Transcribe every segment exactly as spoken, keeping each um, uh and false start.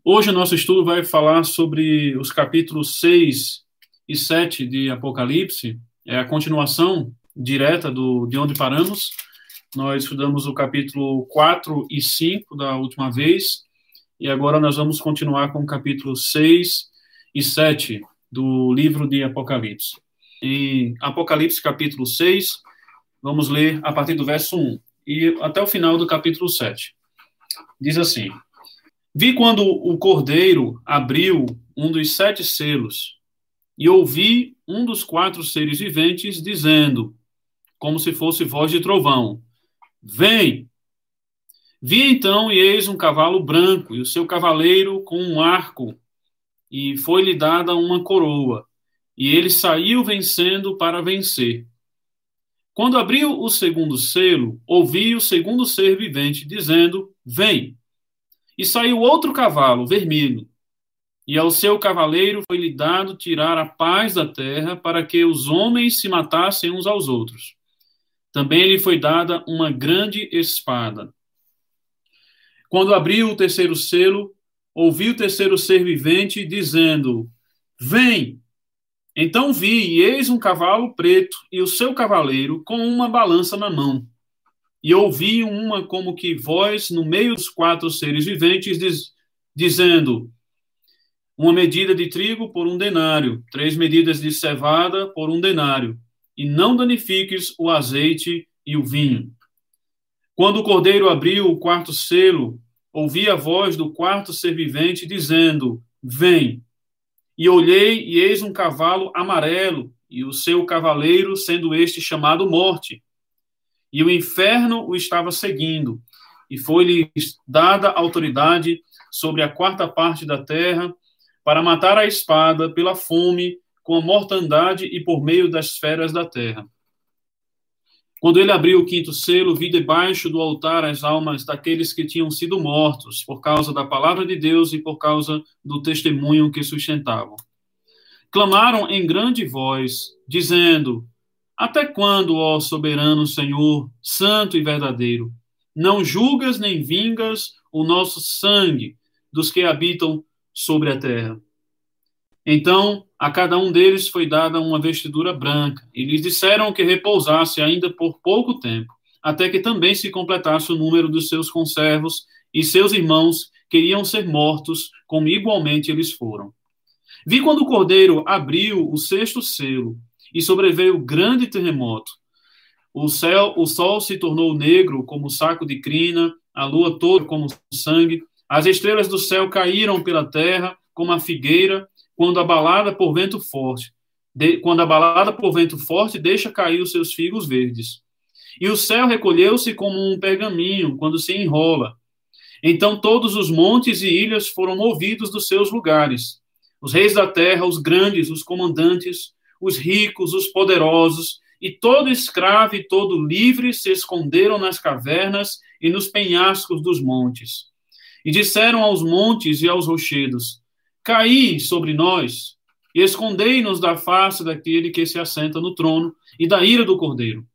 Hoje o nosso estudo vai falar sobre os capítulos seis e sete de Apocalipse, é a continuação direta do, de onde paramos. Nós estudamos o capítulo quatro e cinco da última vez, e agora nós vamos continuar com o capítulo seis e sete do livro de Apocalipse. Em Apocalipse capítulo seis, vamos ler a partir do verso um e até o final do capítulo sete. Diz assim: Vi quando o Cordeiro abriu um dos sete selos, e ouvi um dos quatro seres viventes dizendo, como se fosse voz de trovão: Vem! Vi então, e eis um cavalo branco, e o seu cavaleiro com um arco, e foi-lhe dada uma coroa, e ele saiu vencendo para vencer. Quando abriu o segundo selo, ouvi o segundo ser vivente dizendo: Vem! E saiu outro cavalo, vermelho, e ao seu cavaleiro foi-lhe dado tirar a paz da terra, para que os homens se matassem uns aos outros. Também lhe foi dada uma grande espada. Quando abriu o terceiro selo, ouvi o terceiro ser vivente dizendo: Vem! Então vi, e eis um cavalo preto, e o seu cavaleiro com uma balança na mão. E ouvi uma como que voz no meio dos quatro seres viventes, diz, dizendo: Uma medida de trigo por um denário, três medidas de cevada por um denário, e não danifiques o azeite e o vinho. Quando o Cordeiro abriu o quarto selo, ouvi a voz do quarto ser vivente dizendo: Vem! E olhei, e eis um cavalo amarelo, e o seu cavaleiro, sendo este chamado Morte. E o inferno o estava seguindo, e foi-lhe dada autoridade sobre a quarta parte da terra, para matar a espada pela fome, com a mortandade e por meio das feras da terra. Quando ele abriu o quinto selo, vi debaixo do altar as almas daqueles que tinham sido mortos, por causa da palavra de Deus e por causa do testemunho que sustentavam. Clamaram em grande voz, dizendo: Até quando, ó soberano Senhor, santo e verdadeiro, não julgas nem vingas o nosso sangue dos que habitam sobre a terra? Então, a cada um deles foi dada uma vestidura branca, e lhes disseram que repousasse ainda por pouco tempo, até que também se completasse o número dos seus conservos, e seus irmãos queriam ser mortos, como igualmente eles foram. Vi quando o Cordeiro abriu o sexto selo, e sobreveio grande terremoto. O céu, o sol se tornou negro como saco de crina, a lua toda como sangue, as estrelas do céu caíram pela terra como a figueira, quando abalada por vento forte, de, quando abalada por vento forte, deixa cair os seus figos verdes. E o céu recolheu-se como um pergaminho quando se enrola. Então todos os montes e ilhas foram movidos dos seus lugares. Os reis da terra, os grandes, os comandantes, os ricos, os poderosos, e todo escravo e todo livre se esconderam nas cavernas e nos penhascos dos montes. E disseram aos montes e aos rochedos: Caí sobre nós, e escondei-nos da face daquele que se assenta no trono e da ira do Cordeiro.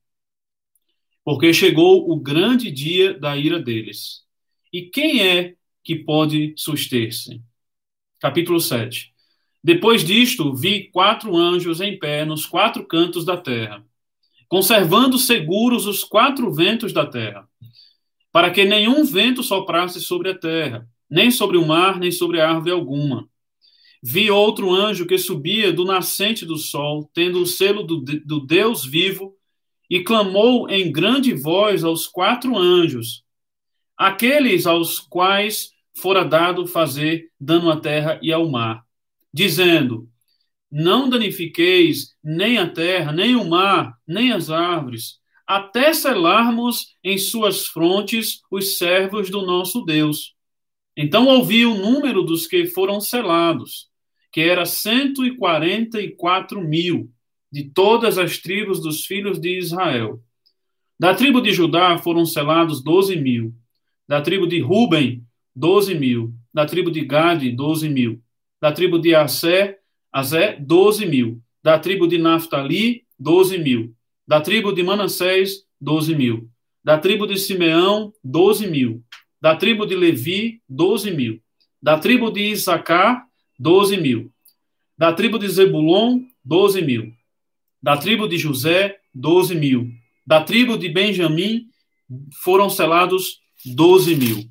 Porque chegou o grande dia da ira deles. E quem é que pode suster-se? Capítulo sete. Depois disto, vi quatro anjos em pé nos quatro cantos da terra, conservando seguros os quatro ventos da terra, para que nenhum vento soprasse sobre a terra, nem sobre o mar, nem sobre árvore alguma. Vi outro anjo que subia do nascente do sol, tendo o selo do, do Deus vivo, e clamou em grande voz aos quatro anjos, aqueles aos quais fora dado fazer dano à terra e ao mar, dizendo: Não danifiqueis nem a terra, nem o mar, nem as árvores, até selarmos em suas frontes os servos do nosso Deus. Então ouvi o número dos que foram selados, que era cento e quarenta e quatro mil, de todas as tribos dos filhos de Israel. Da tribo de Judá foram selados doze mil, da tribo de Ruben, doze mil, da tribo de Gade, doze mil, da tribo de Assé, Azé, doze mil, da tribo de Naftali, doze mil, da tribo de Manassés, doze mil, da tribo de Simeão, doze mil, da tribo de Levi, doze mil, Da tribo de Issacar, doze mil. Da tribo de Zebulon, doze mil. Da tribo de José, doze mil. Da tribo de Benjamim, foram selados doze mil.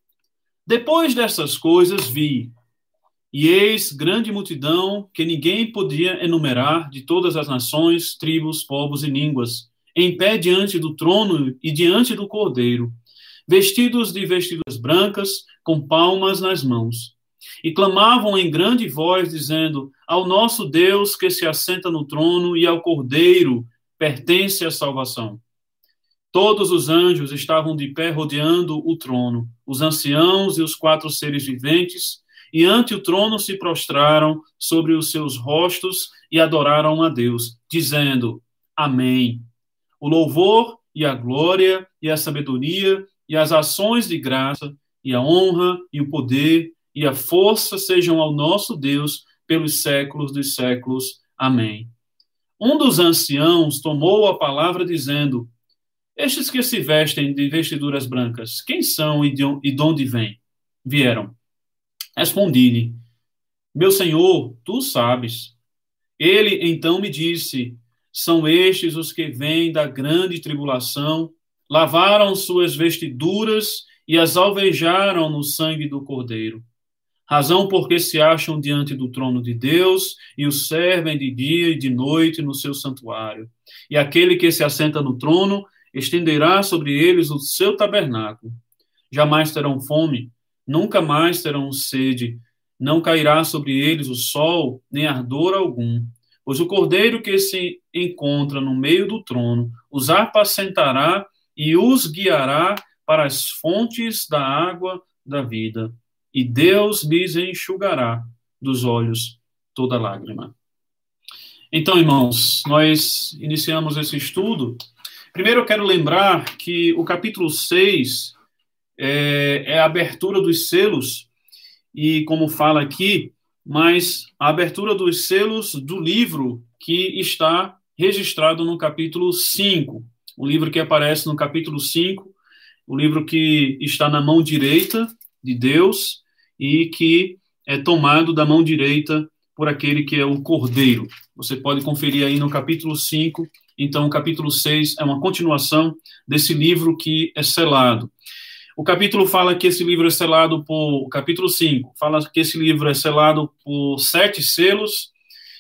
Depois dessas coisas vi, e eis grande multidão que ninguém podia enumerar, de todas as nações, tribos, povos e línguas, em pé diante do trono e diante do Cordeiro, vestidos de vestiduras brancas, com palmas nas mãos. E clamavam em grande voz, dizendo: ao nosso Deus que se assenta no trono e ao Cordeiro pertence a salvação. Todos os anjos estavam de pé rodeando o trono, os anciãos e os quatro seres viventes, e ante o trono se prostraram sobre os seus rostos e adoraram a Deus, dizendo: Amém. O louvor e a glória e a sabedoria e as ações de graça e a honra e o poder e a força sejam ao nosso Deus pelos séculos dos séculos. Amém. Um dos anciãos tomou a palavra dizendo: estes que se vestem de vestiduras brancas, quem são e de onde vêm? Vieram. Respondi-lhe: meu senhor, tu sabes. Ele então me disse: são estes os que vêm da grande tribulação, lavaram suas vestiduras e as alvejaram no sangue do Cordeiro. Razão porque se acham diante do trono de Deus e o servem de dia e de noite no seu santuário. E aquele que se assenta no trono estenderá sobre eles o seu tabernáculo. Jamais terão fome, nunca mais terão sede, não cairá sobre eles o sol, nem ardor algum, pois o Cordeiro que se encontra no meio do trono os apacentará e os guiará para as fontes da água da vida, e Deus lhes enxugará dos olhos toda lágrima. Então, irmãos, nós iniciamos esse estudo. Primeiro eu quero lembrar que o capítulo seis é, é a abertura dos selos, e como fala aqui, mas a abertura dos selos do livro que está registrado no capítulo cinco, o livro que aparece no capítulo cinco, o livro que está na mão direita de Deus e que é tomado da mão direita por aquele que é o Cordeiro. Você pode conferir aí no capítulo cinco. Então, o capítulo seis é uma continuação desse livro que é selado. O capítulo fala que esse livro é selado por... O capítulo cinco fala que esse livro é selado por sete selos,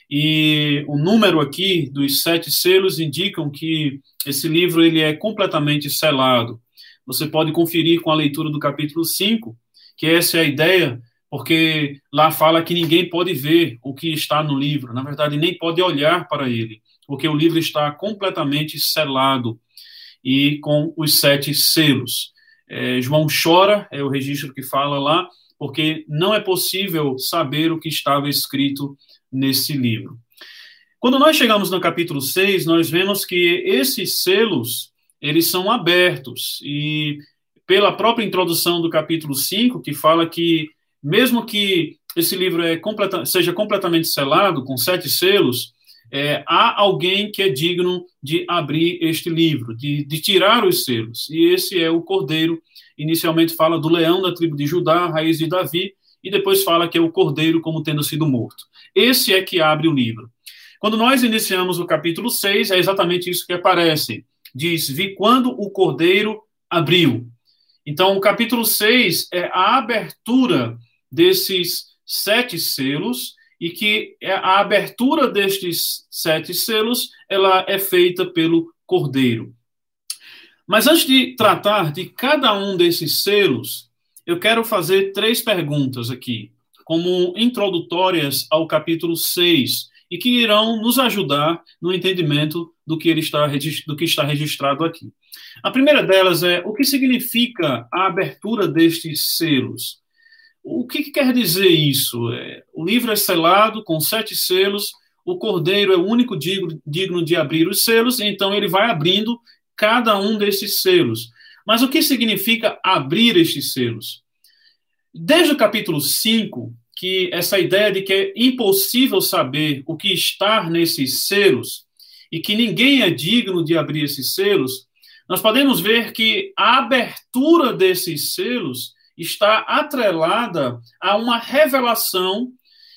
e o número aqui dos sete selos indicam que esse livro ele é completamente selado. Você pode conferir com a leitura do capítulo cinco, que essa é a ideia, porque lá fala que ninguém pode ver o que está no livro, na verdade, nem pode olhar para ele, porque o livro está completamente selado e com os sete selos. É, João chora, é o registro que fala lá, porque não é possível saber o que estava escrito nesse livro. Quando nós chegamos no capítulo seis, nós vemos que esses selos, eles são abertos, e pela própria introdução do capítulo cinco, que fala que, mesmo que esse livro é completa, seja completamente selado, com sete selos, é, há alguém que é digno de abrir este livro, de, de tirar os selos, e esse é o Cordeiro. Inicialmente fala do leão da tribo de Judá, raiz de Davi, e depois fala que é o Cordeiro como tendo sido morto. Esse é que abre o livro. Quando nós iniciamos o capítulo seis, é exatamente isso que aparece. Diz: vi quando o Cordeiro abriu. Então, o capítulo seis é a abertura desses sete selos, e que a abertura destes sete selos, ela é feita pelo Cordeiro. Mas antes de tratar de cada um desses selos, eu quero fazer três perguntas aqui, como introdutórias ao capítulo seis, e que irão nos ajudar no entendimento do que, ele está, do que está registrado aqui. A primeira delas é: o que significa a abertura destes selos? O que, que quer dizer isso? É, o livro é selado com sete selos, o Cordeiro é o único digno, digno de abrir os selos, então ele vai abrindo cada um desses selos. Mas o que significa abrir estes selos? Desde o capítulo cinco, que essa ideia de que é impossível saber o que está nesses selos e que ninguém é digno de abrir esses selos, nós podemos ver que a abertura desses selos está atrelada a uma revelação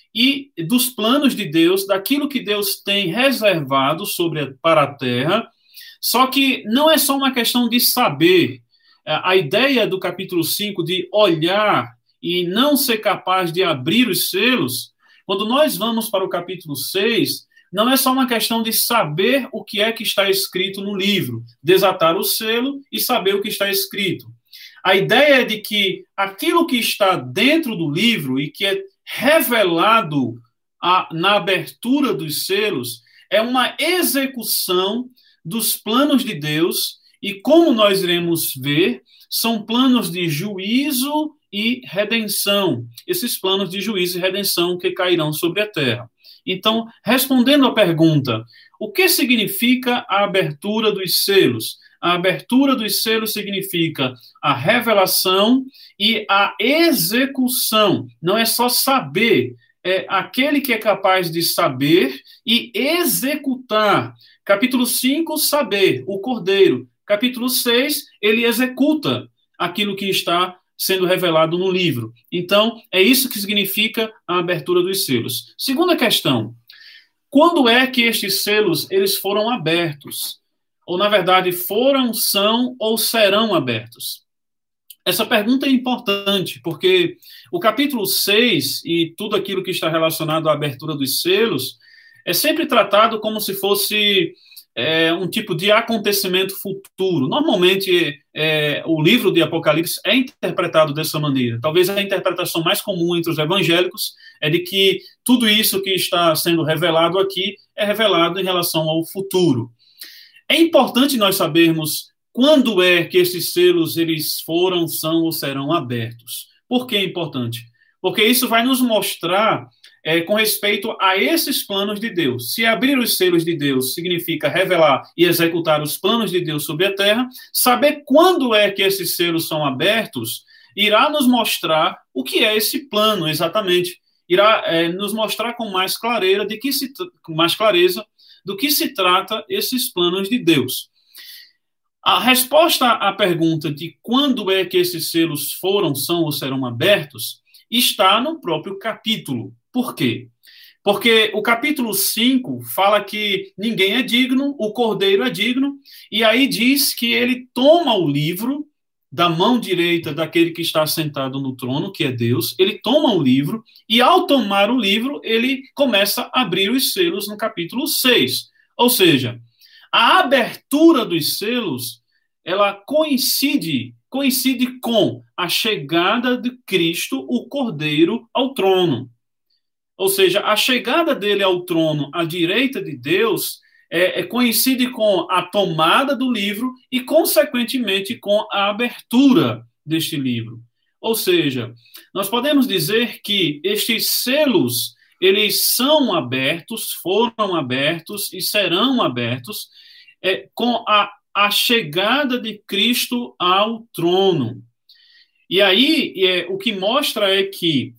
e dos planos de Deus, daquilo que Deus tem reservado sobre a, para a terra. Só que não é só uma questão de saber. A ideia do capítulo cinco de olhar e não ser capaz de abrir os selos, quando nós vamos para o capítulo seis, não é só uma questão de saber o que é que está escrito no livro, desatar o selo e saber o que está escrito. A ideia é de que aquilo que está dentro do livro e que é revelado a, na abertura dos selos é uma execução dos planos de Deus e, como nós iremos ver, são planos de juízo e redenção. Esses planos de juízo e redenção que cairão sobre a terra. Então, respondendo à pergunta, o que significa a abertura dos selos? A abertura dos selos significa a revelação e a execução. Não é só saber, é aquele que é capaz de saber e executar. Capítulo cinco, saber, o cordeiro. Capítulo seis, ele executa aquilo que está sendo revelado no livro. Então, é isso que significa a abertura dos selos. Segunda questão, quando é que estes selos eles foram abertos? Ou, na verdade, foram, são ou serão abertos? Essa pergunta é importante, porque o capítulo seis e tudo aquilo que está relacionado à abertura dos selos é sempre tratado como se fosse é, um tipo de acontecimento futuro. Normalmente, é, o livro de Apocalipse é interpretado dessa maneira. Talvez a interpretação mais comum entre os evangélicos é de que tudo isso que está sendo revelado aqui é revelado em relação ao futuro. É importante nós sabermos quando é que esses selos eles foram, são ou serão abertos. Por que é importante? Porque isso vai nos mostrar é, com respeito a esses planos de Deus. Se abrir os selos de Deus significa revelar e executar os planos de Deus sobre a terra, saber quando é que esses selos são abertos irá nos mostrar o que é esse plano exatamente. Irá é, nos mostrar com mais clareza de que se com mais clareza do que se trata esses planos de Deus. A resposta à pergunta de quando é que esses selos foram, são ou serão abertos está no próprio capítulo. Por quê? Porque o capítulo cinco fala que ninguém é digno, o cordeiro é digno, e aí diz que ele toma o livro da mão direita daquele que está sentado no trono, que é Deus, ele toma o livro, e ao tomar o livro, ele começa a abrir os selos no capítulo seis. Ou seja, a abertura dos selos, ela coincide, coincide com a chegada de Cristo, o Cordeiro, ao trono. Ou seja, a chegada dele ao trono, à direita de Deus, é, é, coincide com a tomada do livro e, consequentemente, com a abertura deste livro. Ou seja, nós podemos dizer que estes selos, eles são abertos, foram abertos e serão abertos é, com a, a chegada de Cristo ao trono. E aí, é, o que mostra é que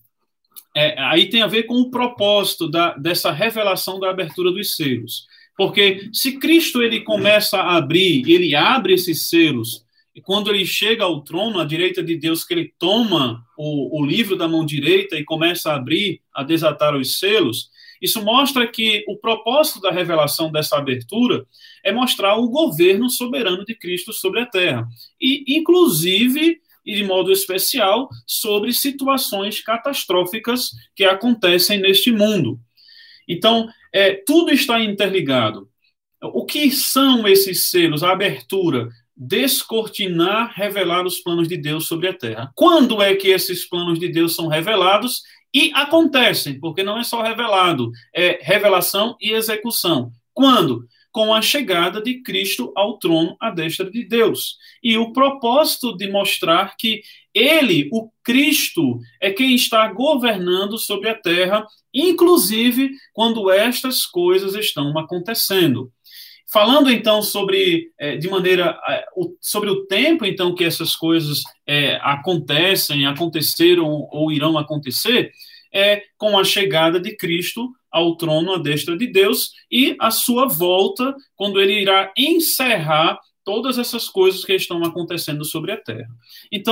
É, aí tem a ver com o propósito da, dessa revelação da abertura dos selos. Porque se Cristo ele começa a abrir, ele abre esses selos, e quando ele chega ao trono, à direita de Deus, que ele toma o, o livro da mão direita e começa a abrir, a desatar os selos, isso mostra que o propósito da revelação dessa abertura é mostrar o governo soberano de Cristo sobre a terra. E, inclusive, e de modo especial, sobre situações catastróficas que acontecem neste mundo. Então, é, tudo está interligado. O que são esses selos? A abertura, descortinar, revelar os planos de Deus sobre a terra. Quando é que esses planos de Deus são revelados? E acontecem, porque não é só revelado, é revelação e execução. Quando? Com a chegada de Cristo ao trono à destra de Deus. E o propósito de mostrar que ele, o Cristo, é quem está governando sobre a terra, inclusive quando estas coisas estão acontecendo. Falando, então, sobre, de maneira, sobre o tempo, então, que essas coisas é, acontecem, aconteceram ou irão acontecer, é com a chegada de Cristo ao trono à destra de Deus e a sua volta, quando ele irá encerrar todas essas coisas que estão acontecendo sobre a terra. Então,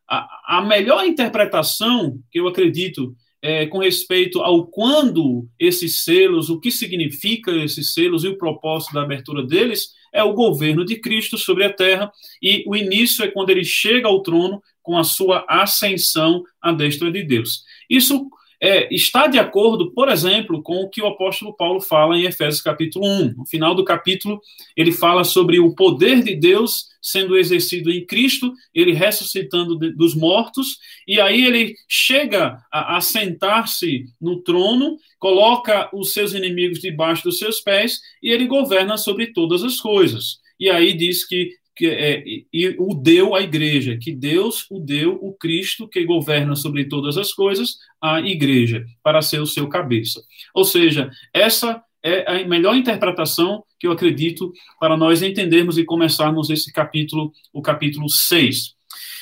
a, a melhor interpretação que eu acredito é, com respeito ao quando esses selos, o que significa esses selos e o propósito da abertura deles, é o governo de Cristo sobre a terra, e o início é quando ele chega ao trono com a sua ascensão à destra de Deus. Isso é, está de acordo, por exemplo, com o que o apóstolo Paulo fala em Efésios capítulo um. No final do capítulo, ele fala sobre o poder de Deus sendo exercido em Cristo, ele ressuscitando de, dos mortos, e aí ele chega a, a sentar-se no trono, coloca os seus inimigos debaixo dos seus pés, e ele governa sobre todas as coisas. E aí diz que que é, e o deu à igreja, que Deus o deu, o Cristo, que governa sobre todas as coisas, à igreja, para ser o seu cabeça. Ou seja, essa é a melhor interpretação que eu acredito para nós entendermos e começarmos esse capítulo, o capítulo seis.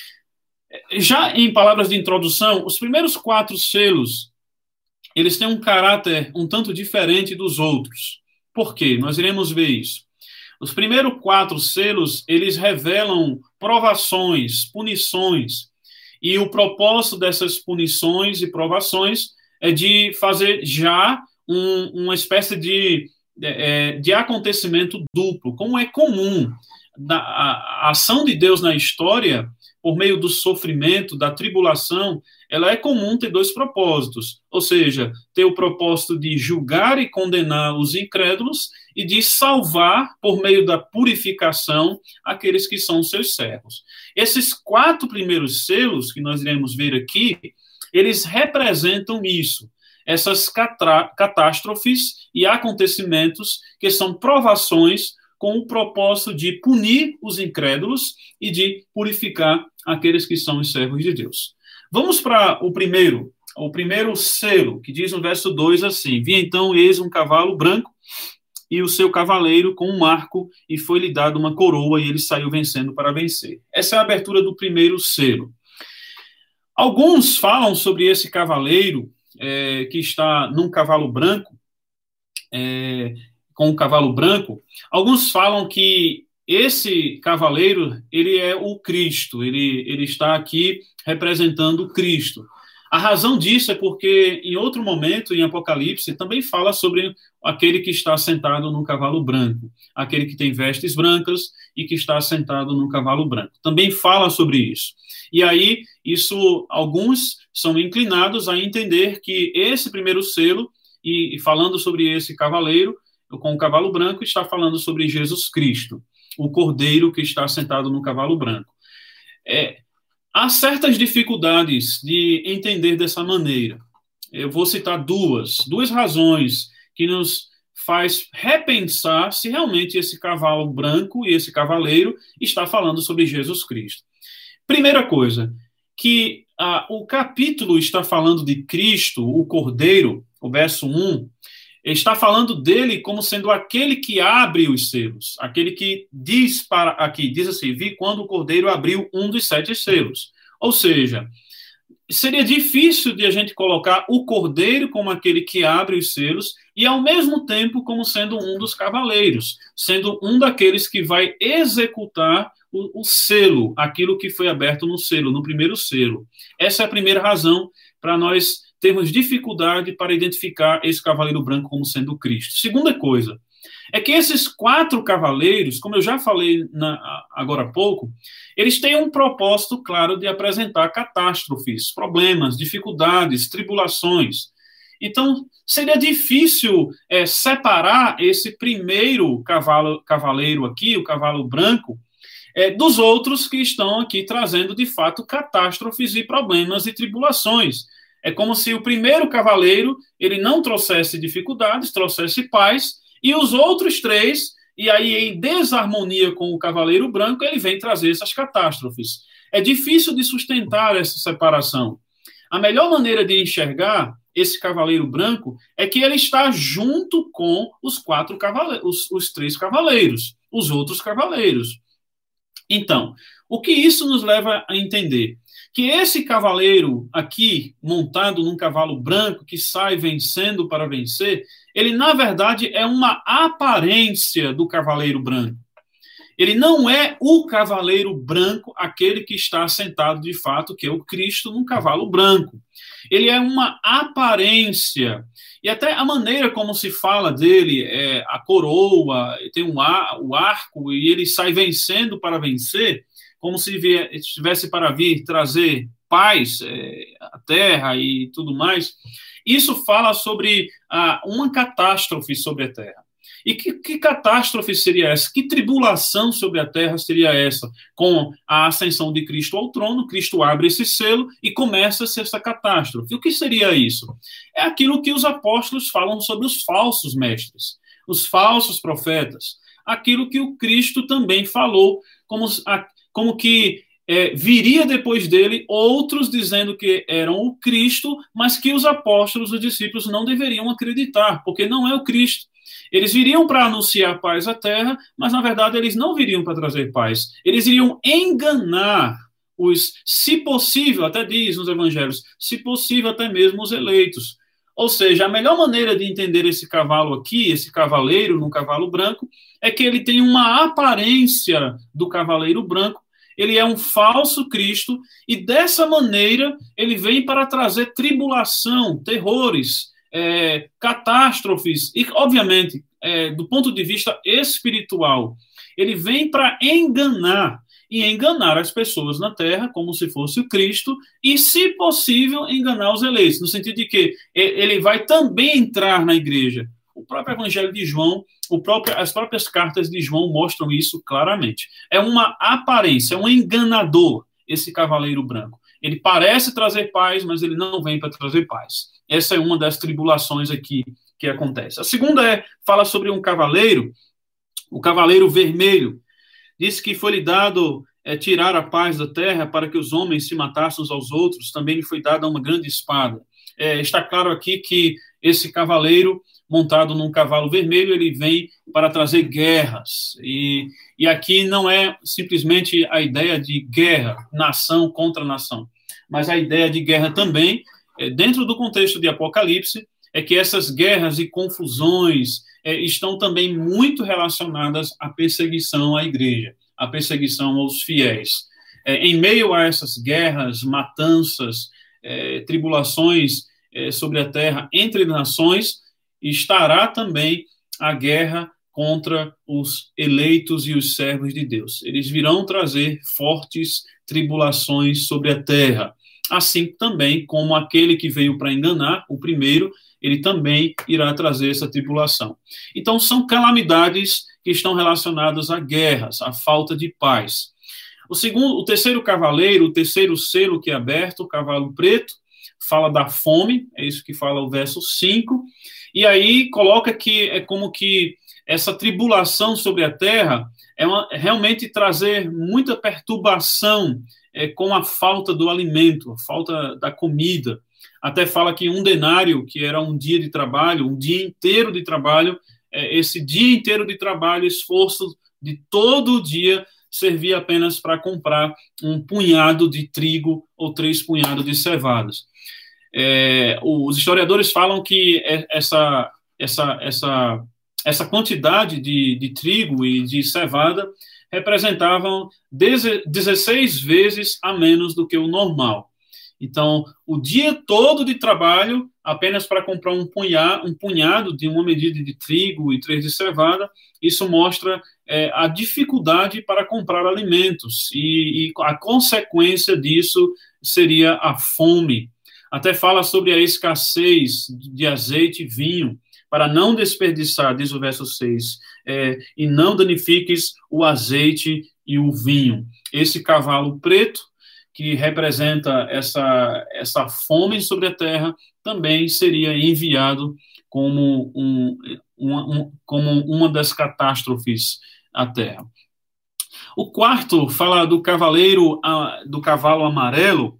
Já em palavras de introdução, os primeiros quatro selos, eles têm um caráter um tanto diferente dos outros. Por quê? Nós iremos ver isso. Os primeiros quatro selos, eles revelam provações, punições, e o propósito dessas punições e provações é de fazer já um, uma espécie de, de, de acontecimento duplo, como é comum. A, a ação de Deus na história, por meio do sofrimento, da tribulação, ela é comum ter dois propósitos, ou seja, ter o propósito de julgar e condenar os incrédulos e de salvar, por meio da purificação, aqueles que são seus servos. Esses quatro primeiros selos, que nós iremos ver aqui, eles representam isso, essas catástrofes e acontecimentos que são provações com o propósito de punir os incrédulos e de purificar aqueles que são os servos de Deus. Vamos para o primeiro, o primeiro selo, que diz no verso dois assim: Vi então, eis um cavalo branco, e o seu cavaleiro com um marco, e foi-lhe dado uma coroa, e ele saiu vencendo para vencer. Essa é a abertura do primeiro selo. Alguns falam sobre esse cavaleiro, é, que está num cavalo branco, é, com um cavalo branco. Alguns falam que esse cavaleiro, ele é o Cristo, ele, ele está aqui representando Cristo. A razão disso é porque, em outro momento, em Apocalipse, também fala sobre aquele que está sentado no cavalo branco, aquele que tem vestes brancas e que está sentado no cavalo branco. Também fala sobre isso. E aí, isso, alguns são inclinados a entender que esse primeiro selo, e, e falando sobre esse cavaleiro, com o cavalo branco, está falando sobre Jesus Cristo, o cordeiro que está sentado no cavalo branco. É, há certas dificuldades de entender dessa maneira. Eu vou citar duas, duas razões que nos faz repensar se realmente esse cavalo branco e esse cavaleiro está falando sobre Jesus Cristo. Primeira coisa, que ah, o capítulo está falando de Cristo, o cordeiro, o verso um, está falando dele como sendo aquele que abre os selos, aquele que diz para aqui, diz assim, vi quando o cordeiro abriu um dos sete selos. Ou seja, seria difícil de a gente colocar o cordeiro como aquele que abre os selos e, ao mesmo tempo, como sendo um dos cavaleiros, sendo um daqueles que vai executar o, o selo, aquilo que foi aberto no selo, no primeiro selo. Essa é a primeira razão para nós termos dificuldade para identificar esse cavaleiro branco como sendo Cristo. Segunda coisa, é que esses quatro cavaleiros, como eu já falei na, agora há pouco, eles têm um propósito claro de apresentar catástrofes, problemas, dificuldades, tribulações. Então, seria difícil é, separar esse primeiro cavalo, cavaleiro aqui, o cavalo branco, é, dos outros que estão aqui trazendo, de fato, catástrofes e problemas e tribulações. É como se o primeiro cavaleiro, ele não trouxesse dificuldades, trouxesse paz, e os outros três, e aí em desarmonia com o cavaleiro branco, ele vem trazer essas catástrofes. É difícil de sustentar essa separação. A melhor maneira de enxergar esse cavaleiro branco é que ele está junto com os quatro cavaleiros, os, os três cavaleiros, os outros cavaleiros. Então, o que isso nos leva a entender? Que esse cavaleiro aqui, montado num cavalo branco, que sai vencendo para vencer, ele, na verdade, é uma aparência do cavaleiro branco. Ele não é o cavaleiro branco, aquele que está sentado de fato, que é o Cristo num cavalo branco. Ele é uma aparência. E até a maneira como se fala dele, é a coroa, tem um ar, o arco, e ele sai vencendo para vencer, como se estivesse para vir trazer paz é, à terra e tudo mais. Isso fala sobre ah, uma catástrofe sobre a terra. E que, que catástrofe seria essa? Que tribulação sobre a terra seria essa? Com a ascensão de Cristo ao trono, Cristo abre esse selo e começa-se essa catástrofe. O que seria isso? É aquilo que os apóstolos falam sobre os falsos mestres, os falsos profetas, aquilo que o Cristo também falou, como, como que é, viria depois dele outros dizendo que eram o Cristo, mas que os apóstolos, os discípulos, não deveriam acreditar, porque não é o Cristo. Eles viriam para anunciar paz à terra, mas, na verdade, eles não viriam para trazer paz. Eles iriam enganar os, se possível, até diz nos evangelhos, se possível, até mesmo os eleitos. Ou seja, a melhor maneira de entender esse cavalo aqui, esse cavaleiro no cavalo branco, é que ele tem uma aparência do cavaleiro branco, ele é um falso Cristo, e dessa maneira ele vem para trazer tribulação, terrores, É, catástrofes, e, obviamente, é, do ponto de vista espiritual, ele vem para enganar, e enganar as pessoas na terra, como se fosse o Cristo, e, se possível, enganar os eleitos, no sentido de que ele vai também entrar na igreja. O próprio Evangelho de João, o próprio, as próprias cartas de João mostram isso claramente. É uma aparência, é um enganador, esse cavaleiro branco. Ele parece trazer paz, mas ele não vem para trazer paz. Essa é uma das tribulações aqui que acontece. A segunda é, fala sobre um cavaleiro, o cavaleiro vermelho. Diz que foi-lhe dado é, tirar a paz da terra para que os homens se matassem uns aos outros. Também lhe foi dada uma grande espada. É, está claro aqui que esse cavaleiro, montado num cavalo vermelho, ele vem para trazer guerras. E, e aqui não é simplesmente a ideia de guerra, nação contra nação, mas a ideia de guerra também, é, dentro do contexto de Apocalipse, é que essas guerras e confusões é, estão também muito relacionadas à perseguição à igreja, à perseguição aos fiéis. É, em meio a essas guerras, matanças, é, tribulações é, sobre a terra entre nações, estará também a guerra contra os eleitos e os servos de Deus. Eles virão trazer fortes tribulações sobre a terra, assim também como aquele que veio para enganar, o primeiro, ele também irá trazer essa tribulação. Então, são calamidades que estão relacionadas a guerras, à falta de paz. O segundo, o terceiro cavaleiro, o terceiro selo que é aberto, o cavalo preto, fala da fome, é isso que fala o verso cinco, e aí coloca que é como que essa tribulação sobre a terra é uma, realmente trazer muita perturbação é, com a falta do alimento, a falta da comida. Até fala que um denário, que era um dia de trabalho, um dia inteiro de trabalho, é, esse dia inteiro de trabalho, esforço de todo o dia, servia apenas para comprar um punhado de trigo ou três punhados de cevadas. É, os historiadores falam que essa, essa, essa, essa quantidade de, de trigo e de cevada representavam dezesseis vezes a menos do que o normal. Então, o dia todo de trabalho, apenas para comprar um punhado, um punhado de uma medida de trigo e três de cevada, isso mostra é, a dificuldade para comprar alimentos, e, e a consequência disso seria a fome. Até fala sobre a escassez de azeite e vinho, para não desperdiçar, diz o verso seis, é, e não danifiques o azeite e o vinho. Esse cavalo preto, que representa essa, essa fome sobre a terra, também seria enviado como, um, uma, um, como uma das catástrofes à terra. O quarto fala do cavaleiro, do cavalo amarelo.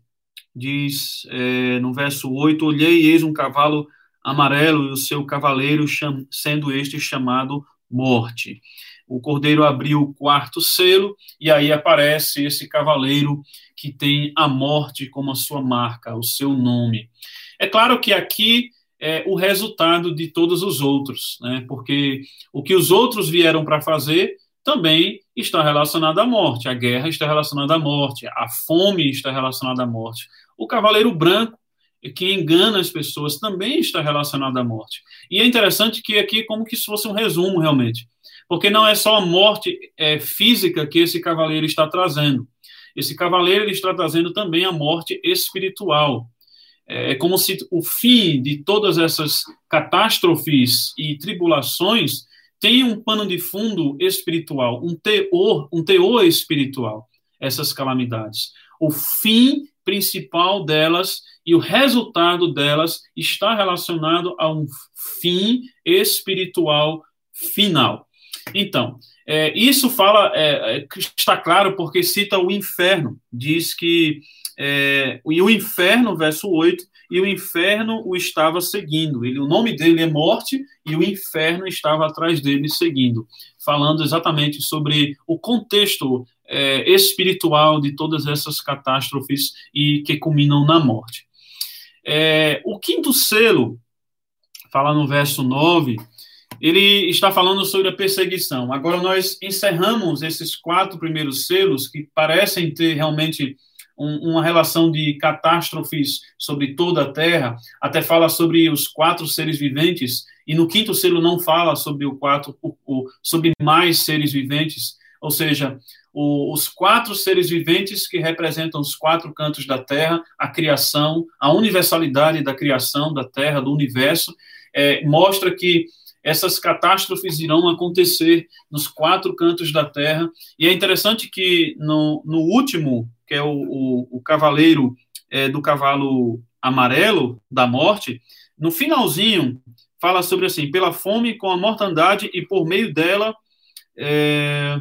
Diz é, no verso oito, olhei e eis um cavalo amarelo e o seu cavaleiro, cham, sendo este chamado Morte. O cordeiro abriu o quarto selo e aí aparece esse cavaleiro que tem a morte como a sua marca, o seu nome. É claro que aqui é o resultado de todos os outros, né? Porque o que os outros vieram para fazer também está relacionada à morte. A guerra está relacionada à morte, a fome está relacionada à morte. O cavaleiro branco, que engana as pessoas, também está relacionado à morte. E é interessante que aqui é como que se fosse um resumo, realmente. Porque não é só a morte é, física que esse cavaleiro está trazendo. Esse cavaleiro ele está trazendo também a morte espiritual. É como se o fim de todas essas catástrofes e tribulações tenha um pano de fundo espiritual, um teor, um teor espiritual, essas calamidades. O fim principal delas e o resultado delas está relacionado a um fim espiritual final. Então, é, isso fala, é, está claro porque cita o inferno, diz que, é, e o inferno, verso oito, e o inferno o estava seguindo, ele, o nome dele é morte, e o inferno estava atrás dele seguindo, falando exatamente sobre o contexto é, espiritual de todas essas catástrofes e que culminam na morte. É, o quinto selo, fala no verso nove, ele está falando sobre a perseguição. Agora nós encerramos esses quatro primeiros selos, que parecem ter realmente um, uma relação de catástrofes sobre toda a terra, até fala sobre os quatro seres viventes, e no quinto selo não fala sobre, o quatro, o, o, sobre mais seres viventes, ou seja, o, os quatro seres viventes que representam os quatro cantos da terra, a criação, a universalidade da criação da terra, do universo, é, mostra que essas catástrofes irão acontecer nos quatro cantos da terra, e é interessante que no, no último, que é o, o, o cavaleiro é, do cavalo amarelo, da morte, no finalzinho, fala sobre assim, pela fome com a mortandade e por meio dela, é,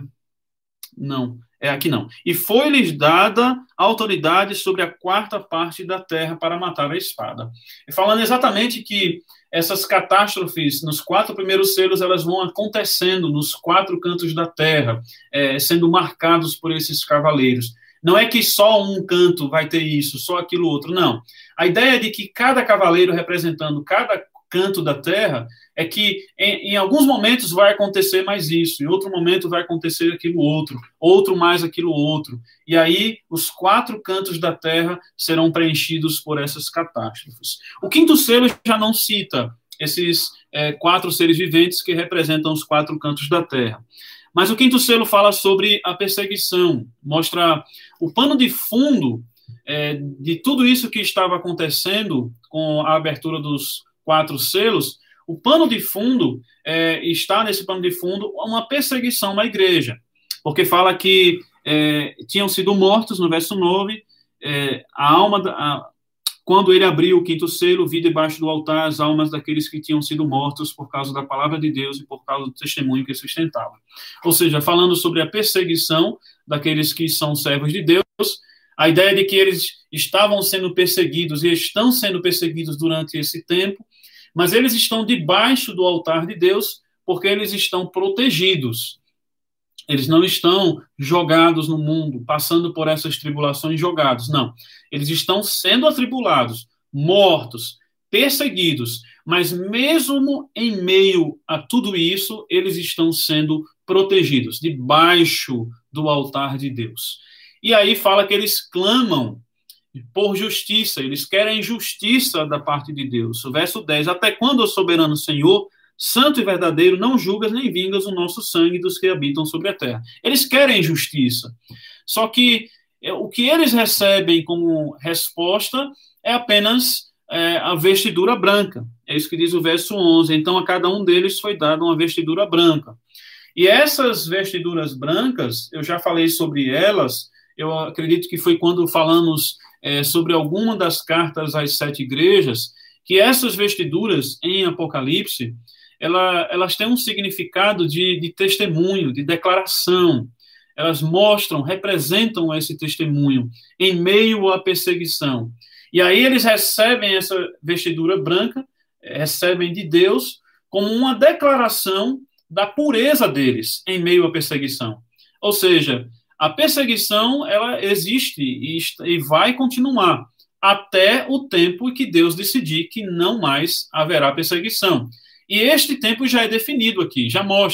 não, é aqui não, e foi-lhes dada autoridade sobre a quarta parte da terra para matar a espada. E falando exatamente que essas catástrofes, nos quatro primeiros selos, elas vão acontecendo nos quatro cantos da terra, é, sendo marcados por esses cavaleiros. Não é que só um canto vai ter isso, só aquilo outro, não. A ideia de que cada cavaleiro representando cada canto da terra é que em, em alguns momentos vai acontecer mais isso, em outro momento vai acontecer aquilo outro, outro mais aquilo outro. E aí os quatro cantos da terra serão preenchidos por essas catástrofes. O quinto selo já não cita esses é, quatro seres viventes que representam os quatro cantos da terra. Mas o quinto selo fala sobre a perseguição, mostra o pano de fundo é, de tudo isso que estava acontecendo com a abertura dos quatro selos. O pano de fundo, é, está nesse pano de fundo uma perseguição na igreja, porque fala que é, tinham sido mortos, no verso nove, é, a alma, da, a, quando ele abriu o quinto selo, vi debaixo do altar as almas daqueles que tinham sido mortos por causa da palavra de Deus e por causa do testemunho que sustentavam. Ou seja, falando sobre a perseguição daqueles que são servos de Deus, a ideia de que eles estavam sendo perseguidos e estão sendo perseguidos durante esse tempo, mas eles estão debaixo do altar de Deus porque eles estão protegidos. Eles não estão jogados no mundo, passando por essas tribulações jogados, não. Eles estão sendo atribulados, mortos, perseguidos, mas mesmo em meio a tudo isso, eles estão sendo protegidos, debaixo do altar de Deus. E aí fala que eles clamam por justiça, eles querem justiça da parte de Deus. O verso dez, até quando, ó soberano Senhor, santo e verdadeiro, não julgas nem vingas o nosso sangue dos que habitam sobre a terra. Eles querem justiça. Só que é, o que eles recebem como resposta é apenas é, a vestidura branca. É isso que diz o verso onze. Então a cada um deles foi dada uma vestidura branca. E essas vestiduras brancas, eu já falei sobre elas, eu acredito que foi quando falamos é, sobre alguma das cartas às sete igrejas, que essas vestiduras em Apocalipse, ela, elas têm um significado de, de testemunho, de declaração. Elas mostram, representam esse testemunho em meio à perseguição. E aí eles recebem essa vestidura branca, recebem de Deus como uma declaração da pureza deles em meio à perseguição. Ou seja, a perseguição, ela existe e, e vai continuar até o tempo que Deus decidir que não mais haverá perseguição. E este tempo já é definido aqui, já mostra.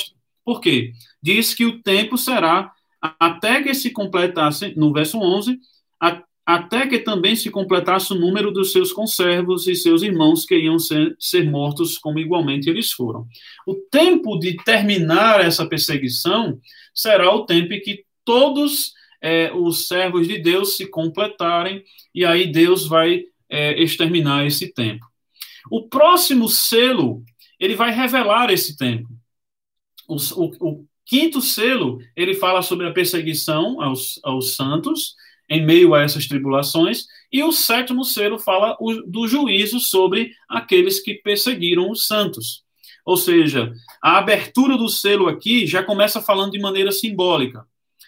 Por quê? Diz que o tempo será até que se completasse, no verso onze, a, até que também se completasse o número dos seus conservos e seus irmãos que iam ser, ser mortos como igualmente eles foram. O tempo de terminar essa perseguição será o tempo em que todos é, os servos de Deus se completarem, e aí Deus vai é, exterminar esse tempo. O próximo selo, ele vai revelar esse tempo. O, o, o quinto selo, ele fala sobre a perseguição aos, aos santos, em meio a essas tribulações, e o sétimo selo fala o, do juízo sobre aqueles que perseguiram os santos. Ou seja, a abertura do selo aqui já começa falando de maneira simbólica.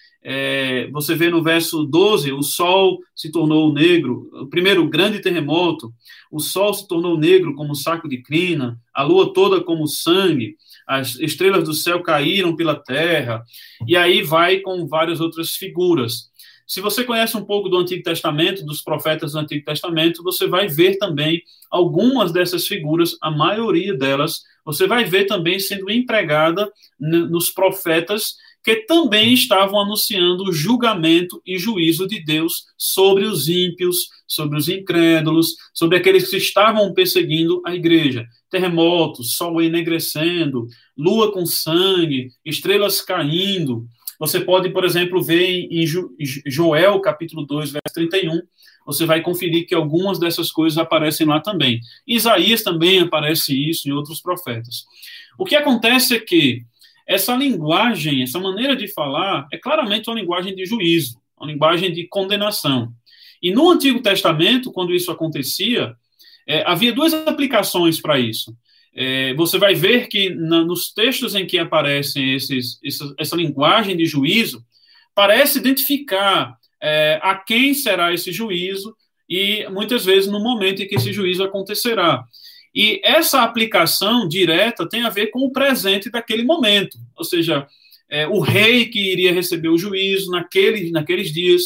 É, você vê no verso doze, o sol se tornou negro, o primeiro grande terremoto, o sol se tornou negro como saco de crina, a lua toda como sangue, as estrelas do céu caíram pela terra, e aí vai com várias outras figuras. Se você conhece um pouco do Antigo Testamento, dos profetas do Antigo Testamento, você vai ver também algumas dessas figuras, a maioria delas, você vai ver também sendo empregada nos profetas que também estavam anunciando o julgamento e juízo de Deus sobre os ímpios, sobre os incrédulos, sobre aqueles que estavam perseguindo a igreja. Terremotos, sol enegrecendo, lua com sangue, estrelas caindo. Você pode, por exemplo, ver em Joel, capítulo dois, verso trinta e um, você vai conferir que algumas dessas coisas aparecem lá também. Em Isaías também aparece isso, em outros profetas. O que acontece é que essa linguagem, essa maneira de falar, é claramente uma linguagem de juízo, uma linguagem de condenação. E no Antigo Testamento, quando isso acontecia, é, havia duas aplicações para isso. É, você vai ver que na, nos textos em que aparecem esses, essa, essa linguagem de juízo, parece identificar é, a quem será esse juízo e, muitas vezes, no momento em que esse juízo acontecerá. E essa aplicação direta tem a ver com o presente daquele momento, ou seja, é, o rei que iria receber o juízo naquele, naqueles dias,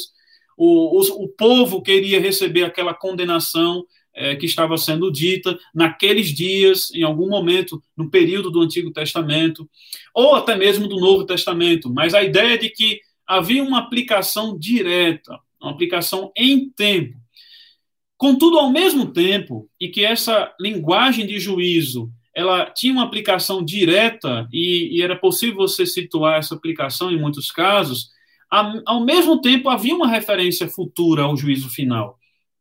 o, o, o povo que iria receber aquela condenação é, que estava sendo dita naqueles dias, em algum momento, no período do Antigo Testamento, ou até mesmo do Novo Testamento, mas a ideia de que havia uma aplicação direta, uma aplicação em tempo. Contudo, ao mesmo tempo, e que essa linguagem de juízo, ela tinha uma aplicação direta, e, e era possível você situar essa aplicação em muitos casos, a, ao mesmo tempo havia uma referência futura ao juízo final.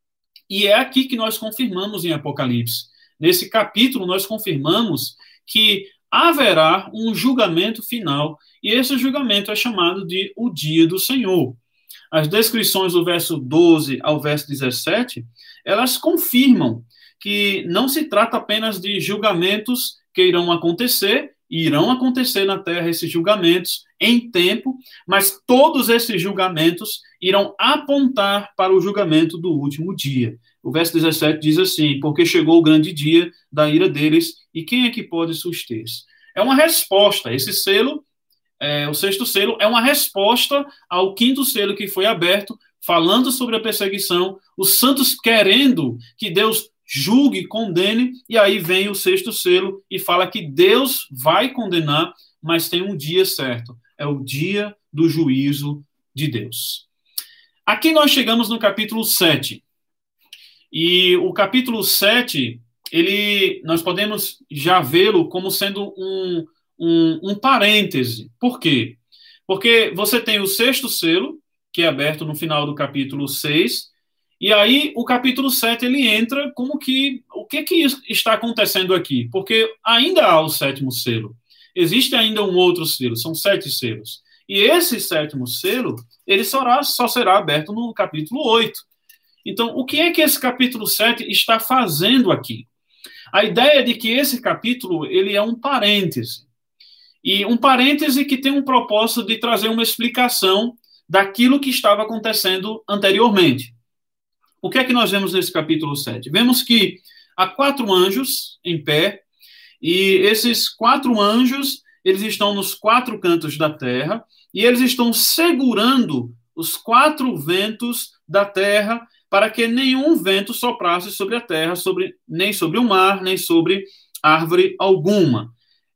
E é aqui que nós confirmamos em Apocalipse. Nesse capítulo, nós confirmamos que haverá um julgamento final, e esse julgamento é chamado de o dia do Senhor. As descrições do verso doze ao verso dezessete, elas confirmam que não se trata apenas de julgamentos que irão acontecer, e irão acontecer na terra esses julgamentos em tempo, mas todos esses julgamentos irão apontar para o julgamento do último dia. O verso dezessete diz assim: porque chegou o grande dia da ira deles, e quem é que pode suster-se? É uma resposta, esse selo, é, o sexto selo, é uma resposta ao quinto selo que foi aberto, falando sobre a perseguição, os santos querendo que Deus julgue, condene, e aí vem o sexto selo e fala que Deus vai condenar, mas tem um dia certo, é o dia do juízo de Deus. Aqui nós chegamos no capítulo sete, e o capítulo sete, ele, nós podemos já vê-lo como sendo um, um, um parêntese. Por quê? Porque você tem o sexto selo, que é aberto no final do capítulo seis, e aí o capítulo sete ele entra como que, o que, que está acontecendo aqui? Porque ainda há o sétimo selo, existe ainda um outro selo, são sete selos, e esse sétimo selo, ele só, só será aberto no capítulo oito. Então, o que é que esse capítulo sete está fazendo aqui? A ideia é de que esse capítulo, ele é um parêntese, e um parêntese que tem um propósito de trazer uma explicação daquilo que estava acontecendo anteriormente. O que é que nós vemos nesse capítulo sete? Vemos que há quatro anjos em pé, e esses quatro anjos, eles estão nos quatro cantos da terra, e eles estão segurando os quatro ventos da terra, para que nenhum vento soprasse sobre a terra, sobre, nem sobre o mar, nem sobre árvore alguma.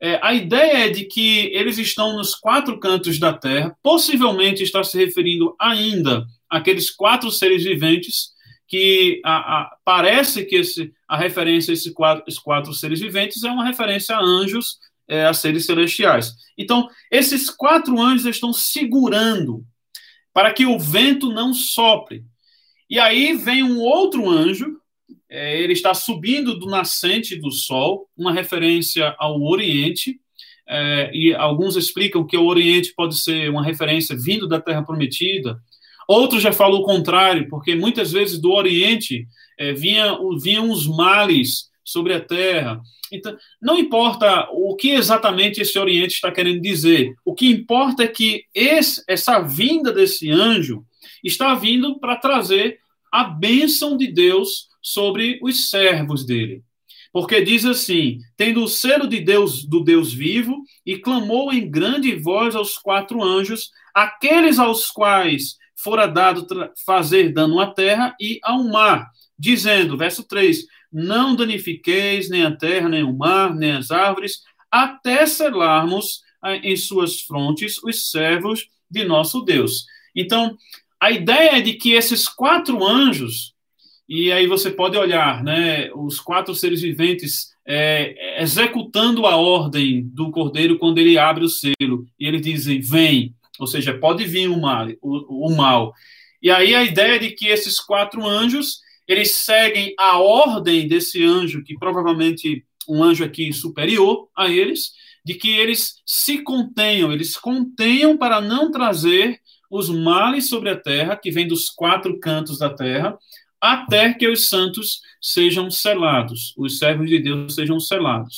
É, a ideia é de que eles estão nos quatro cantos da terra, possivelmente está se referindo ainda àqueles quatro seres viventes, que a, a, parece que esse, a referência a esses quatro, esses quatro seres viventes é uma referência a anjos, é, a seres celestiais. Então, esses quatro anjos estão segurando para que o vento não sopre. E aí vem um outro anjo, é, ele está subindo do nascente do sol, uma referência ao Oriente, é, e alguns explicam que o Oriente pode ser uma referência vindo da Terra Prometida. Outros já falam o contrário, porque muitas vezes do Oriente é, vinha, vinham os males sobre a Terra. Então, não importa o que exatamente esse Oriente está querendo dizer, o que importa é que esse, essa vinda desse anjo está vindo para trazer a bênção de Deus sobre os servos dele. Porque diz assim, tendo o selo de Deus, do Deus vivo, e clamou em grande voz aos quatro anjos, aqueles aos quais fora dado fazer dano à terra e ao mar, dizendo, verso três, não danifiqueis nem a terra, nem o mar, nem as árvores, até selarmos em suas frontes os servos de nosso Deus. Então, a ideia é de que esses quatro anjos, e aí você pode olhar, né, os quatro seres viventes é, executando a ordem do Cordeiro quando ele abre o selo, e eles dizem, vem, ou seja, pode vir o mal, o, o mal. E aí a ideia é de que esses quatro anjos, eles seguem a ordem desse anjo, que provavelmente um anjo aqui superior a eles, de que eles se contenham, eles contenham para não trazer os males sobre a terra, que vem dos quatro cantos da terra, até que os santos sejam selados, os servos de Deus sejam selados.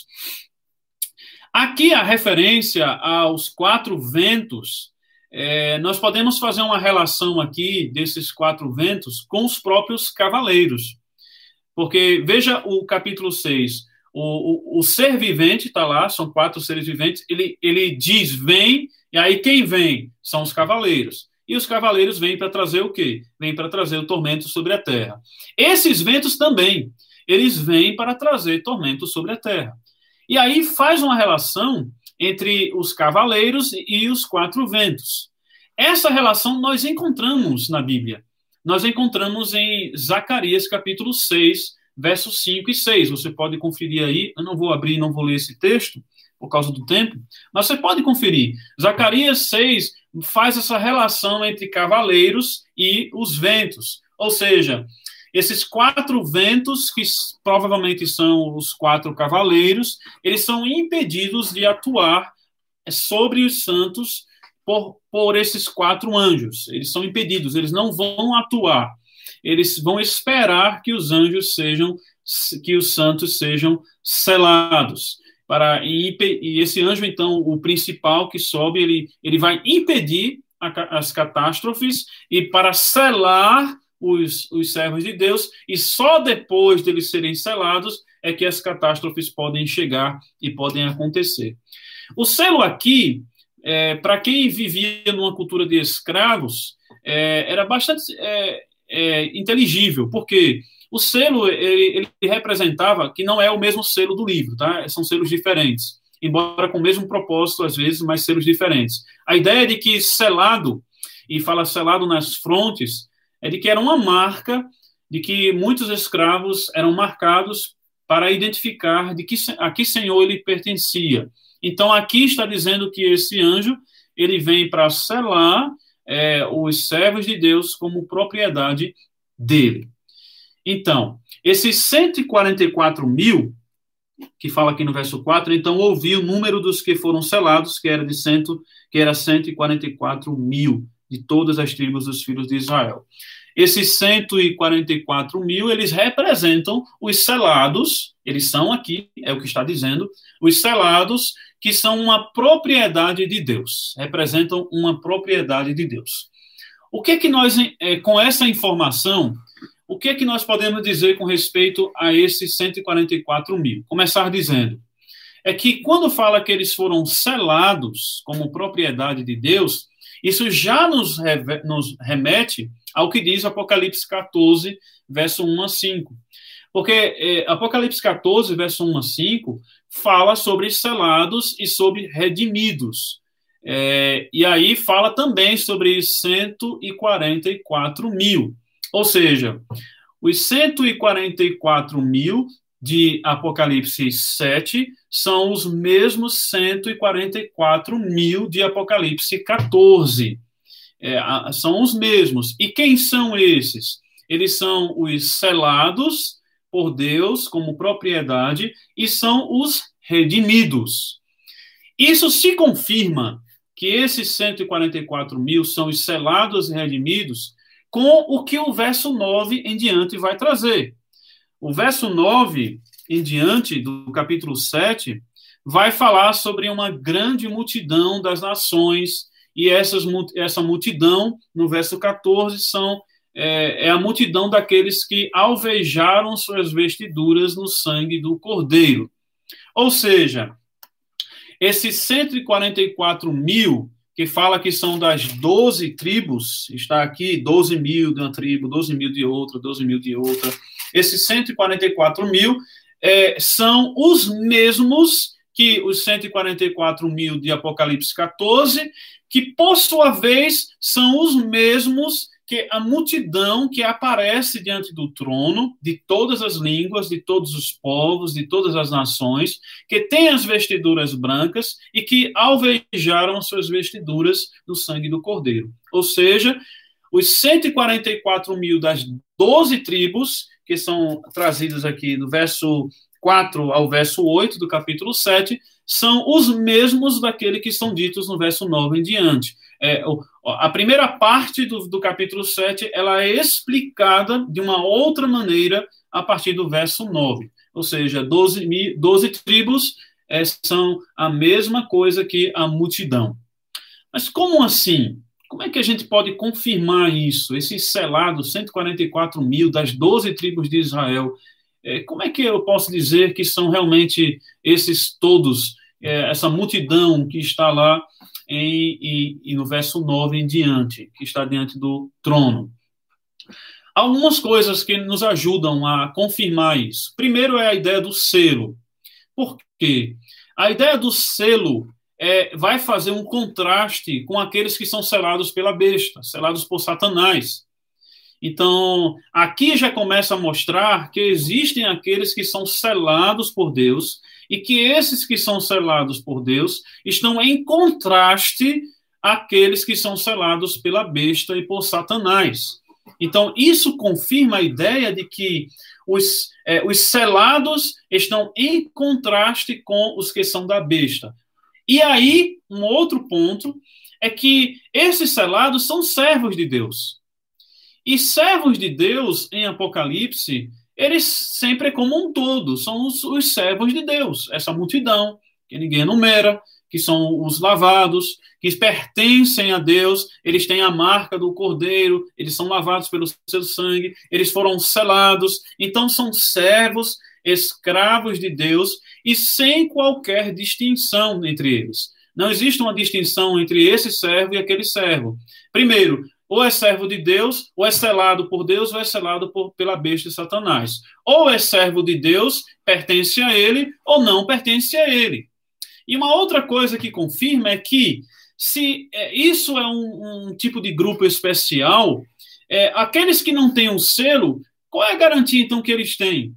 Aqui a referência aos quatro ventos, é, nós podemos fazer uma relação aqui desses quatro ventos com os próprios cavaleiros. Porque, veja o capítulo seis, o, o, o ser vivente está lá, são quatro seres viventes, ele, ele diz, vem, e aí quem vem? São os cavaleiros. E os cavaleiros vêm para trazer o quê? Vêm para trazer o tormento sobre a terra. Esses ventos também, eles vêm para trazer tormento sobre a terra. E aí faz uma relação entre os cavaleiros e os quatro ventos. Essa relação nós encontramos na Bíblia. Nós encontramos em Zacarias, capítulo seis, versos cinco e seis. Você pode conferir aí, eu não vou abrir, não vou ler esse texto, por causa do tempo, mas você pode conferir. Zacarias seis faz essa relação entre cavaleiros e os ventos. Ou seja, esses quatro ventos, que provavelmente são os quatro cavaleiros, eles são impedidos de atuar sobre os santos por, por esses quatro anjos. Eles são impedidos, eles não vão atuar. Eles vão esperar que os anjos sejam, que os santos sejam selados. Para, e, e esse anjo, então, o principal que sobe, ele, ele vai impedir a, as catástrofes e para selar os, os servos de Deus, e só depois deles serem selados é que as catástrofes podem chegar e podem acontecer. O selo aqui, é, para quem vivia numa cultura de escravos, é, era bastante é, é, inteligível, porque o selo, ele, ele representava que não é o mesmo selo do livro, tá? São selos diferentes, embora com o mesmo propósito, às vezes, mas selos diferentes. A ideia de que selado, e fala selado nas frontes, é de que era uma marca de que muitos escravos eram marcados para identificar de que, a que senhor ele pertencia. Então, aqui está dizendo que esse anjo, ele vem para selar é, os servos de Deus como propriedade dele. Então, esses cento e quarenta e quatro mil, que fala aqui no verso quatro, então ouvi o número dos que foram selados, que era de cento, que era cento e quarenta e quatro mil, de todas as tribos dos filhos de Israel. Esses cento e quarenta e quatro mil, eles representam os selados, eles são aqui, é o que está dizendo, os selados que são uma propriedade de Deus, representam uma propriedade de Deus. O que é que nós, com essa informação, o que é que nós podemos dizer com respeito a esses cento e quarenta e quatro mil? Começar dizendo, é que quando fala que eles foram selados como propriedade de Deus, isso já nos, nos remete ao que diz Apocalipse catorze, verso um a cinco. Porque é, Apocalipse catorze, verso um a cinco, fala sobre selados e sobre redimidos. É, e aí fala também sobre cento e quarenta e quatro mil. Ou seja, os cento e quarenta e quatro mil de Apocalipse sete são os mesmos cento e quarenta e quatro mil de Apocalipse catorze. É, são os mesmos. E quem são esses? Eles são os selados por Deus como propriedade e são os redimidos. Isso se confirma que esses cento e quarenta e quatro mil são os selados e redimidos com o que o verso nove em diante vai trazer. O verso nove em diante do capítulo sete vai falar sobre uma grande multidão das nações, e essas, essa multidão, no verso catorze, são, é, é a multidão daqueles que alvejaram suas vestiduras no sangue do Cordeiro. Ou seja, esses cento e quarenta e quatro mil, que fala que são das doze tribos, está aqui doze mil de uma tribo, doze mil de outra, doze mil de outra, esses cento e quarenta e quatro mil é, são os mesmos que os cento e quarenta e quatro mil de Apocalipse catorze, que, por sua vez, são os mesmos que a multidão que aparece diante do trono, de todas as línguas, de todos os povos, de todas as nações, que tem as vestiduras brancas e que alvejaram suas vestiduras no sangue do Cordeiro. Ou seja, os cento e quarenta e quatro mil das doze tribos, que são trazidos aqui do verso quatro ao verso oito do capítulo sete, são os mesmos daqueles que são ditos no verso nove em diante. É, a primeira parte do, do capítulo sete, ela é explicada de uma outra maneira a partir do verso nove. Ou seja, doze, mil, doze tribos é, são a mesma coisa que a multidão. Mas como assim? Como é que a gente pode confirmar isso? Esses selados, cento e quarenta e quatro mil das doze tribos de Israel, é, como é que eu posso dizer que são realmente esses todos, é, essa multidão que está lá em, e, e no verso nove em diante, que está diante do trono? Algumas coisas que nos ajudam a confirmar isso. Primeiro é a ideia do selo. Por quê? A ideia do selo é, vai fazer um contraste com aqueles que são selados pela besta, selados por Satanás. Então, aqui já começa a mostrar que existem aqueles que são selados por Deus e que esses que são selados por Deus estão em contraste àqueles que são selados pela besta e por Satanás. Então, isso confirma a ideia de que os, é, os selados estão em contraste com os que são da besta. E aí, um outro ponto é que esses selados são servos de Deus. E servos de Deus, em Apocalipse, eles sempre como um todo, são os, os servos de Deus, essa multidão, que ninguém enumera, que são os lavados, que pertencem a Deus, eles têm a marca do Cordeiro, eles são lavados pelo seu sangue, eles foram selados, então são servos, escravos de Deus, e sem qualquer distinção entre eles. Não existe uma distinção entre esse servo e aquele servo. Primeiro, ou é servo de Deus, ou é selado por Deus, ou é selado por, pela besta de Satanás. Ou é servo de Deus, pertence a ele, ou não pertence a ele. E uma outra coisa que confirma é que, se é, isso é um, um tipo de grupo especial, é, aqueles que não têm um selo, qual é a garantia, então, que eles têm?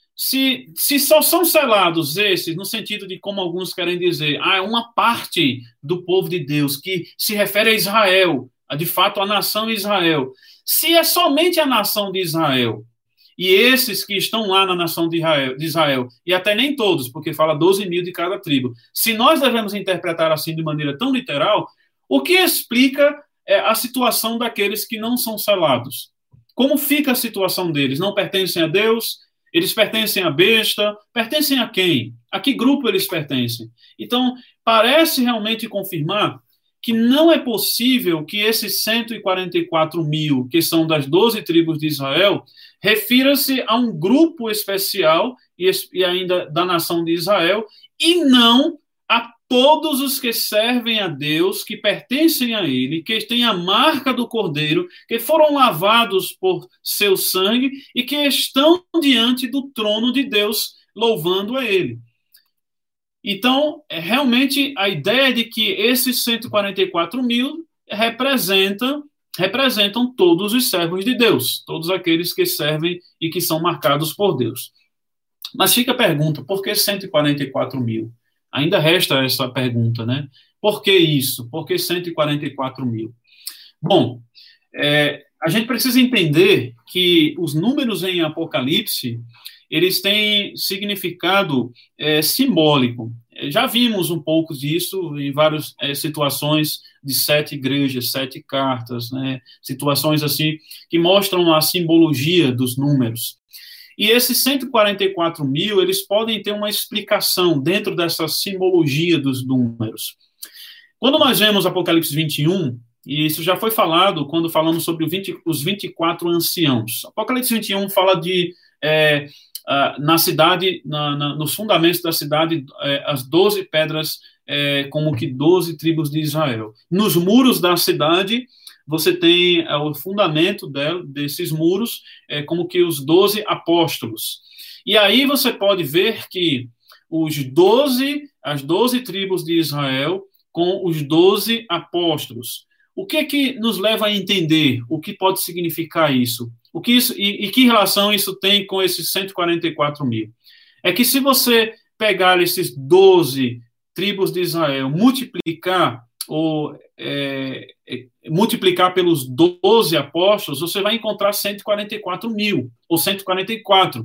Se, se só são selados esses, no sentido de como alguns querem dizer, ah, é uma parte do povo de Deus, que se refere a Israel, de fato, a nação Israel. Se é somente a nação de Israel, e esses que estão lá na nação de Israel, de Israel, e até nem todos, porque fala doze mil de cada tribo, se nós devemos interpretar assim de maneira tão literal, o que explica é, a situação daqueles que não são selados? Como fica a situação deles? Não pertencem a Deus? Eles pertencem à besta? Pertencem a quem? A que grupo eles pertencem? Então, parece realmente confirmar que não é possível que esses cento e quarenta e quatro mil, que são das doze tribos de Israel, refira-se a um grupo especial e, e ainda da nação de Israel, e não a todos os que servem a Deus, que pertencem a Ele, que têm a marca do Cordeiro, que foram lavados por seu sangue e que estão diante do trono de Deus, louvando a Ele. Então, realmente, a ideia de que esses cento e quarenta e quatro mil representam, representam todos os servos de Deus, todos aqueles que servem e que são marcados por Deus. Mas fica a pergunta, por que cento e quarenta e quatro mil? Ainda resta essa pergunta, né? Por que isso? Por que cento e quarenta e quatro mil? Bom, é, a gente precisa entender que os números em Apocalipse, eles têm significado é, simbólico. Já vimos um pouco disso em várias é, situações de sete igrejas, sete cartas, né? Situações assim que mostram a simbologia dos números. E esses cento e quarenta e quatro mil, eles podem ter uma explicação dentro dessa simbologia dos números. Quando nós vemos Apocalipse vinte e um, e isso já foi falado quando falamos sobre o vinte, os vinte e quatro anciãos. Apocalipse vinte e um fala de, é, uh, na cidade, na, na, nos fundamentos da cidade, é, as doze pedras, é, como que doze tribos de Israel. Nos muros da cidade, você tem é, o fundamento dela, desses muros, é, como que os doze apóstolos. E aí você pode ver que os doze, as doze tribos de Israel, com os doze apóstolos. O que é que nos leva a entender o que pode significar isso? O que isso e, e que relação isso tem com esses cento e quarenta e quatro mil? É que se você pegar esses doze tribos de Israel, multiplicar ou é, é, multiplicar pelos doze apóstolos, você vai encontrar cento e quarenta e quatro mil, ou cento e quarenta e quatro.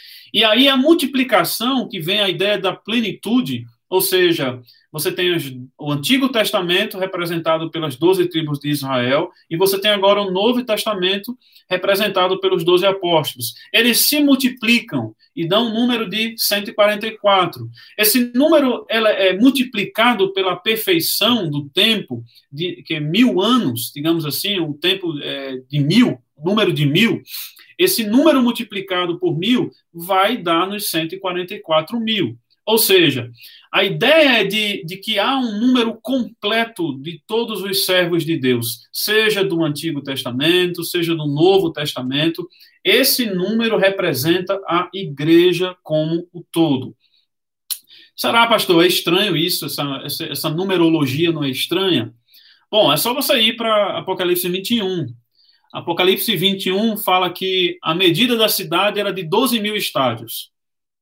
E aí a multiplicação, que vem a ideia da plenitude, ou seja, você tem o Antigo Testamento representado pelas doze tribos de Israel, e você tem agora o Novo Testamento representado pelos doze apóstolos. Eles se multiplicam e dão um número de cento e quarenta e quatro. Esse número ela é multiplicado pela perfeição do tempo, de, que é mil anos, digamos assim, o tempo é, de mil, o número de mil. Esse número multiplicado por mil vai dar nos cento e quarenta e quatro mil. Ou seja, a ideia é de, de que há um número completo de todos os servos de Deus, seja do Antigo Testamento, seja do Novo Testamento. Esse número representa a igreja como o todo. Será, pastor, é estranho isso? Essa, essa, essa numerologia não é estranha? Bom, é só você ir para Apocalipse vinte e um. Apocalipse vinte e um fala que a medida da cidade era de doze mil estádios.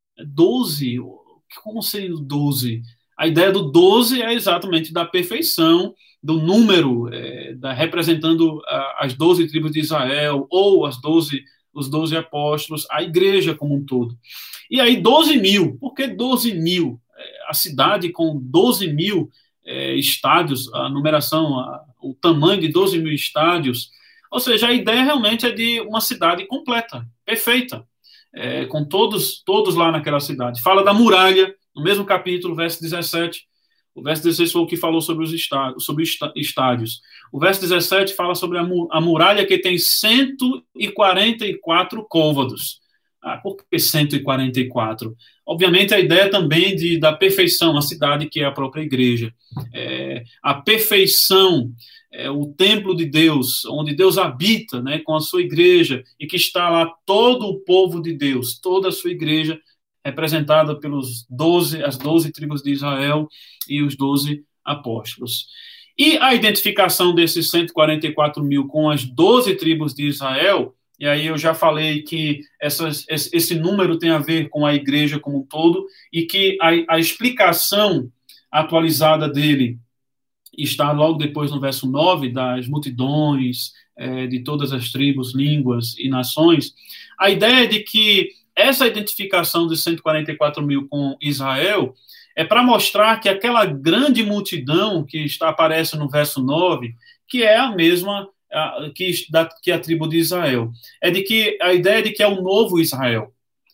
doze? Como seria o doze? A ideia do doze é exatamente da perfeição, do número, é, da, representando a, as doze tribos de Israel, ou as doze, os doze apóstolos, a igreja como um todo. E aí, doze mil. Por que doze mil? É, a cidade com doze mil é, estádios, a numeração, a, o tamanho de doze mil estádios. Ou seja, a ideia realmente é de uma cidade completa, perfeita. É, com todos, todos lá naquela cidade. Fala da muralha, no mesmo capítulo, verso dezessete. O verso dezesseis foi o que falou sobre os estádios. Sobre estádios. O verso dezessete fala sobre a, mu a muralha que tem cento e quarenta e quatro côvados. Ah, por que cento e quarenta e quatro? Obviamente, a ideia também de, da perfeição, a cidade que é a própria igreja. É, a perfeição, é, o templo de Deus, onde Deus habita, né, com a sua igreja, e que está lá todo o povo de Deus, toda a sua igreja, representada pelos doze, as doze tribos de Israel e os doze apóstolos. E a identificação desses cento e quarenta e quatro mil com as doze tribos de Israel, e aí eu já falei que essas, esse número tem a ver com a igreja como um todo, e que a, a explicação atualizada dele está logo depois no verso nove, das multidões, é, de todas as tribos, línguas e nações. A ideia é de que essa identificação de cento e quarenta e quatro mil com Israel é para mostrar que aquela grande multidão que está, aparece no verso nove, que é a mesma a, que, da, que a tribo de Israel. É de que a ideia é de que é o novo Israel.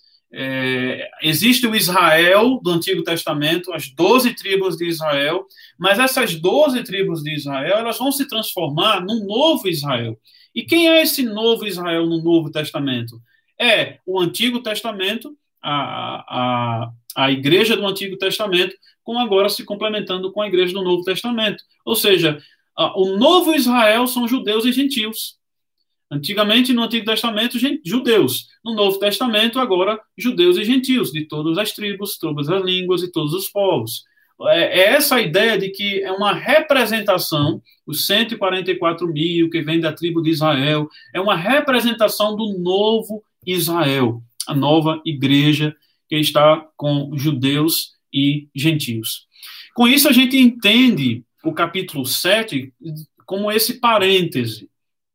É, existe o Israel do Antigo Testamento, as doze tribos de Israel, mas essas doze tribos de Israel, elas vão se transformar num novo Israel. E quem é esse novo Israel no Novo Testamento? É o Antigo Testamento, a, a, a igreja do Antigo Testamento, como agora se complementando com a igreja do Novo Testamento. Ou seja, o novo Israel são judeus e gentios. Antigamente, no Antigo Testamento, judeus. No Novo Testamento, agora, judeus e gentios, de todas as tribos, todas as línguas e todos os povos. É, é essa a ideia de que é uma representação, os cento e quarenta e quatro mil que vem da tribo de Israel, é uma representação do novo Israel, a nova igreja que está com judeus e gentios. Com isso, a gente entende o capítulo sete como esse parêntese.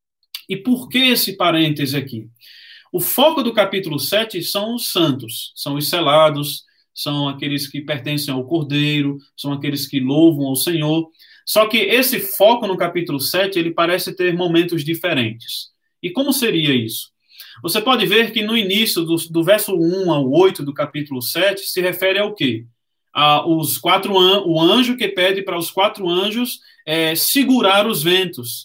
E por que esse parêntese aqui? O foco do capítulo sete são os santos, são os selados, são aqueles que pertencem ao Cordeiro, são aqueles que louvam ao Senhor. Só que esse foco no capítulo sete, ele parece ter momentos diferentes. E como seria isso? Você pode ver que no início, do, do verso um ao oito do capítulo sete, se refere ao quê? A, os quatro an- o anjo que pede para os quatro anjos é, segurar os ventos,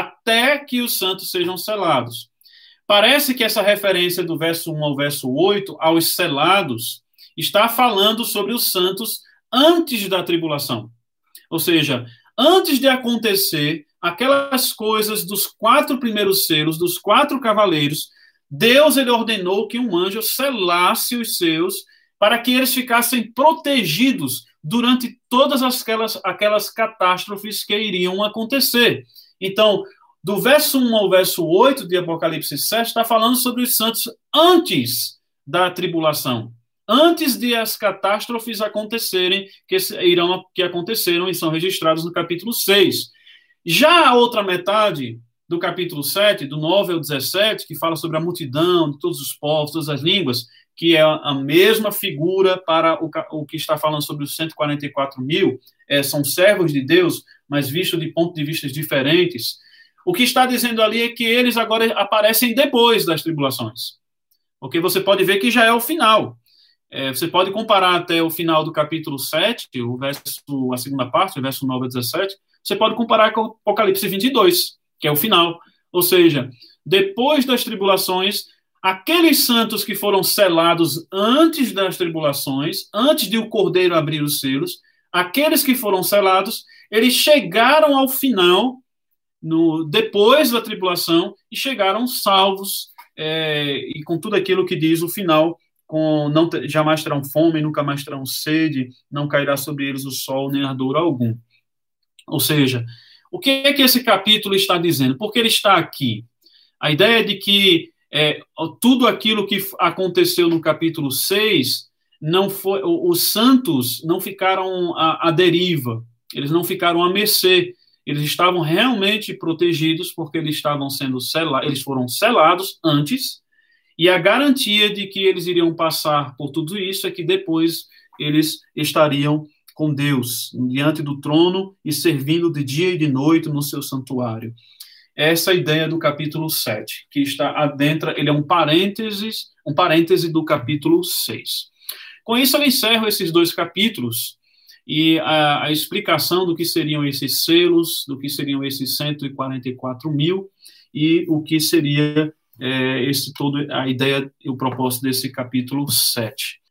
até que os santos sejam selados. Parece que essa referência do verso um ao verso oito, aos selados, está falando sobre os santos antes da tribulação. Ou seja, antes de acontecer aquelas coisas dos quatro primeiros selos, dos quatro cavaleiros, Deus ele ordenou que um anjo selasse os seus para que eles ficassem protegidos durante todas aquelas, aquelas catástrofes que iriam acontecer. Então, do verso um ao verso oito de Apocalipse sete, está falando sobre os santos antes da tribulação, antes de as catástrofes acontecerem, que irão que aconteceram e são registrados no capítulo seis. Já a outra metade do capítulo sete, do nove ao dezessete, que fala sobre a multidão de todos os povos, todas as línguas, que é a mesma figura para o, o que está falando sobre os cento e quarenta e quatro mil, é, são servos de Deus, mas visto de pontos de vista diferentes. O que está dizendo ali é que eles agora aparecem depois das tribulações. Porque você pode ver que já é o final. É, você pode comparar até o final do capítulo sete, o verso, a segunda parte, o verso nove a dezessete, você pode comparar com o Apocalipse vinte e dois, que é o final. Ou seja, depois das tribulações, aqueles santos que foram selados antes das tribulações, antes de o Cordeiro abrir os selos, aqueles que foram selados, eles chegaram ao final, no, depois da tribulação, e chegaram salvos, é, e com tudo aquilo que diz o final, com, não, jamais terão fome, nunca mais terão sede, não cairá sobre eles o sol, nem ardor algum. Ou seja, o que é que esse capítulo está dizendo? Por que ele está aqui? A ideia de que é, tudo aquilo que aconteceu no capítulo seis, não foi, os santos não ficaram à, à deriva, eles não ficaram à mercê, eles estavam realmente protegidos porque eles estavam sendo selados, eles foram selados antes, e a garantia de que eles iriam passar por tudo isso é que depois eles estariam com Deus, diante do trono e servindo de dia e de noite no seu santuário. Essa é a ideia do capítulo sete, que está adentro, ele é um parênteses, um parêntese do capítulo seis. Com isso, eu encerro esses dois capítulos e a, a explicação do que seriam esses selos, do que seriam esses cento e quarenta e quatro mil e o que seria é, esse todo, a ideia e o propósito desse capítulo sete.